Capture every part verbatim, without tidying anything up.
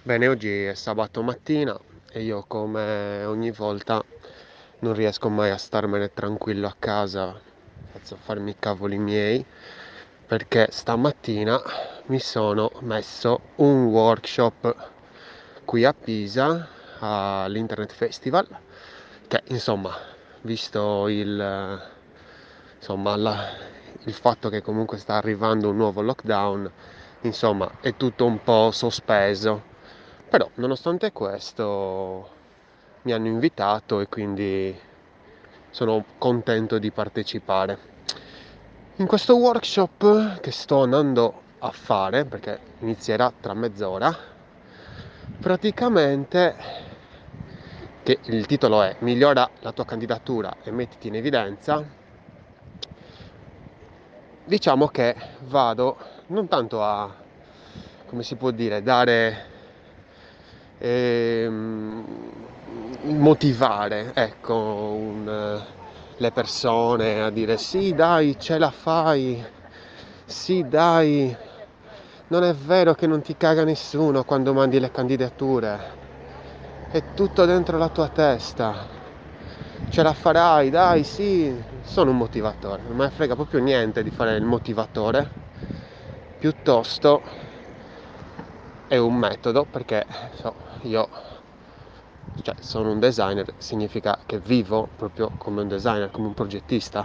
Bene, oggi è sabato mattina e io come ogni volta non riesco mai a starmene tranquillo a casa, faccio farmi i cavoli miei, perché stamattina mi sono messo un workshop qui a Pisa all'Internet Festival, che insomma, visto il, insomma, la- il fatto che comunque sta arrivando un nuovo lockdown, insomma, è tutto un po' sospeso. Però, nonostante questo, mi hanno invitato e quindi sono contento di partecipare. In questo workshop che sto andando a fare, perché inizierà tra mezz'ora, praticamente, che il titolo è Migliora la tua candidatura e mettiti in evidenza, diciamo che vado non tanto a, come si può dire, dare, ehm, motivare, ecco, un, le persone a dire sì, dai, ce la fai, sì, dai, non è vero che non ti caga nessuno quando mandi le candidature, è tutto dentro la tua testa. Ce la farai, dai, sì, sono un motivatore, non me ne frega proprio niente di fare il motivatore, piuttosto è un metodo perché so, io cioè, sono un designer, significa che vivo proprio come un designer, come un progettista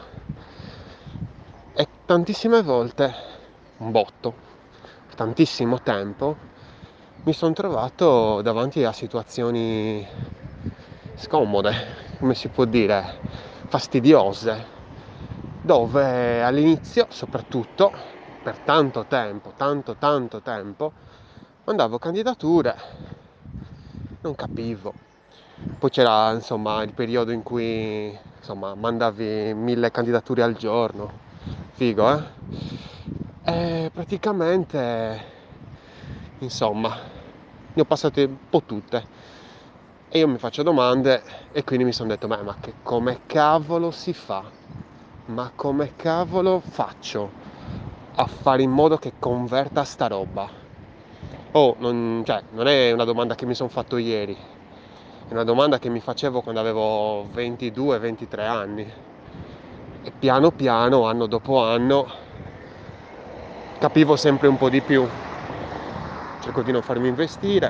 e tantissime volte, un botto, per tantissimo tempo, mi sono trovato davanti a situazioni scomode, come si può dire, fastidiose, dove all'inizio, soprattutto, per tanto tempo, tanto tanto tempo, mandavo candidature, non capivo. Poi c'era insomma il periodo in cui insomma mandavi mille candidature al giorno, figo, eh? E praticamente insomma ne ho passate un po' tutte e io mi faccio domande e quindi mi sono detto ma, ma che come cavolo si fa? Ma come cavolo faccio a fare in modo che converta sta roba? Oh, non, cioè, non è una domanda che mi sono fatto ieri, è una domanda che mi facevo quando avevo ventidue ventitré anni e piano piano, anno dopo anno, capivo sempre un po' di più. Cerco di non farmi investire,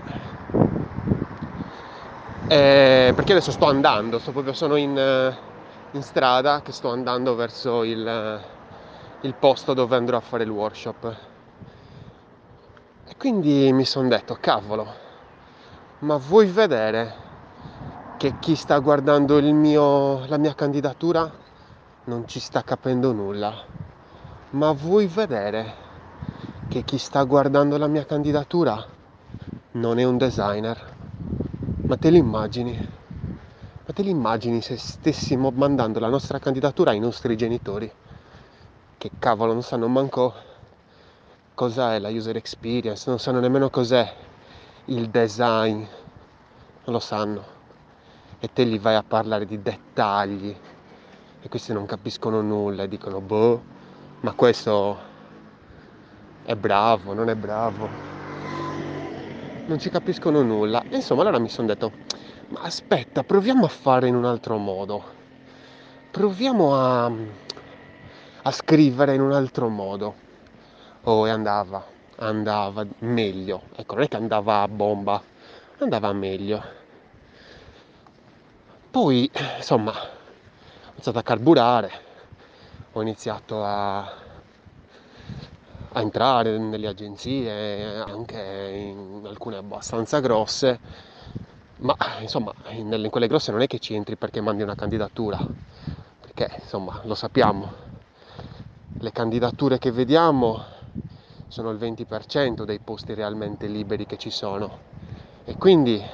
eh, perché adesso sto andando, sto proprio, sono in, eh, in strada che sto andando verso il, eh, il posto dove andrò a fare il workshop. E quindi mi sono detto, cavolo, ma vuoi vedere che chi sta guardando il mio, la mia candidatura non ci sta capendo nulla? Ma vuoi vedere che chi sta guardando la mia candidatura non è un designer? Ma te l'immagini? Ma te l'immagini se stessimo mandando la nostra candidatura ai nostri genitori? Che cavolo, non sanno manco cos'è la user experience, non sanno nemmeno cos'è il design, non lo sanno. E te gli vai a parlare di dettagli e questi non capiscono nulla e dicono boh, ma questo è bravo, non è bravo, non ci capiscono nulla. E insomma, allora mi sono detto, ma aspetta, proviamo a fare in un altro modo, proviamo a, a scrivere in un altro modo. Oh, e andava, andava meglio, ecco, non è che andava a bomba, andava meglio. Poi, insomma, ho iniziato a carburare, ho iniziato a, a entrare nelle agenzie, anche in alcune abbastanza grosse, ma insomma, in, in quelle grosse non è che ci entri perché mandi una candidatura, perché insomma, lo sappiamo, le candidature che vediamo sono il venti per cento dei posti realmente liberi che ci sono e quindi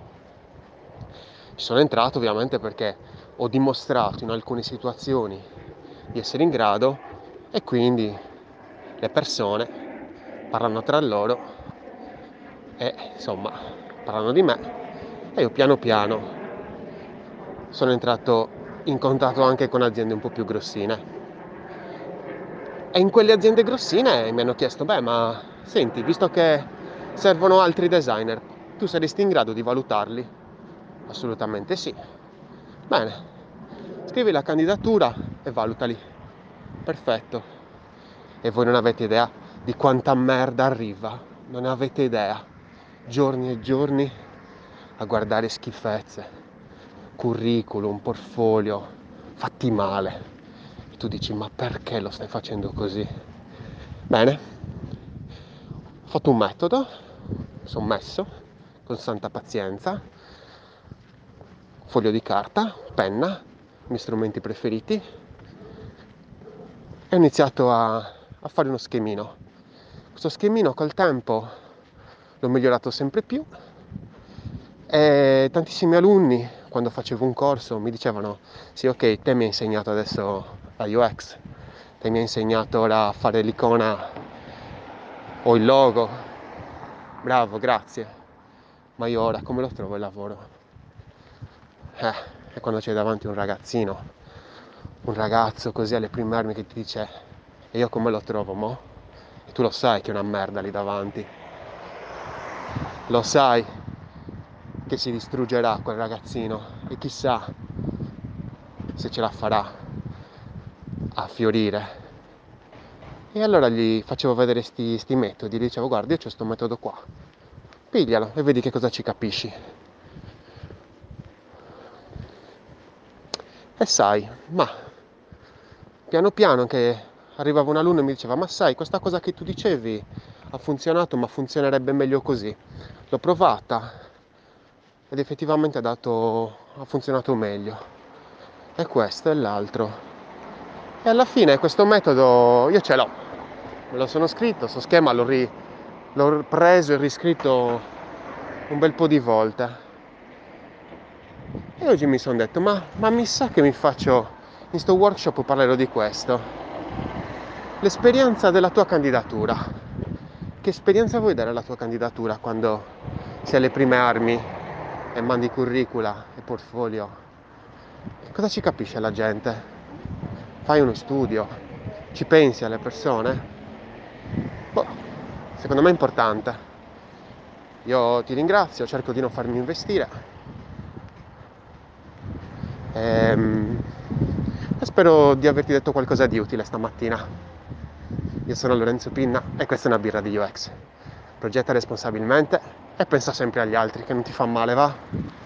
ci sono entrato ovviamente perché ho dimostrato in alcune situazioni di essere in grado e quindi le persone parlano tra loro e insomma parlano di me e io piano piano sono entrato in contatto anche con aziende un po' più grossine e in quelle aziende grossine mi hanno chiesto beh ma senti visto che servono altri designer Tu saresti in grado di valutarli? Assolutamente sì. Bene, scrivi la candidatura e valutali. Perfetto. E voi non avete idea di quanta merda arriva. Non ne avete idea. Giorni e giorni a guardare schifezze, curriculum, portfolio, fatti male. E tu dici, ma perché lo stai facendo così? Bene, ho fatto un metodo, sono messo, con santa pazienza, foglio di carta, penna, i miei strumenti preferiti, e ho iniziato a, a fare uno schemino. Questo schemino col tempo l'ho migliorato sempre più e tantissimi alunni, quando facevo un corso, mi dicevano: sì, ok, te mi hai insegnato adesso la U X, te mi hai insegnato ora a fare l'icona o il logo, bravo, grazie, ma io ora come lo trovo il lavoro? Eh, e quando c'è davanti un ragazzino, un ragazzo così alle prime armi che ti dice: e io come lo trovo, mo? E tu lo sai che è una merda lì davanti, lo sai che si distruggerà quel ragazzino e chissà se ce la farà a fiorire. E allora gli facevo vedere sti, sti metodi, gli dicevo: guarda, io c'ho sto metodo qua, piglialo e vedi che cosa ci capisci. E sai, ma piano piano che arrivava un alunno e mi diceva: ma sai, questa cosa che tu dicevi ha funzionato, ma funzionerebbe meglio così. L'ho provata ed effettivamente ha dato, ha funzionato meglio. E questo e l'altro. E alla fine questo metodo io ce l'ho, me lo sono scritto, sto schema l'ho, ri, l'ho preso e riscritto un bel po' di volte. E oggi mi sono detto, ma, ma mi sa che mi faccio, in sto workshop parlerò di questo. L'esperienza della tua candidatura. Che esperienza vuoi dare alla tua candidatura quando sei alle prime armi e mandi curricula e portfolio? Cosa ci capisce la gente? Fai uno studio, ci pensi alle persone? Boh, secondo me è importante. Io ti ringrazio, cerco di non farmi investire. Ehm, e spero di averti detto qualcosa di utile stamattina. Io sono Lorenzo Pinna e questa è una birra di U X. Progetta responsabilmente e pensa sempre agli altri, che non ti fa male, va?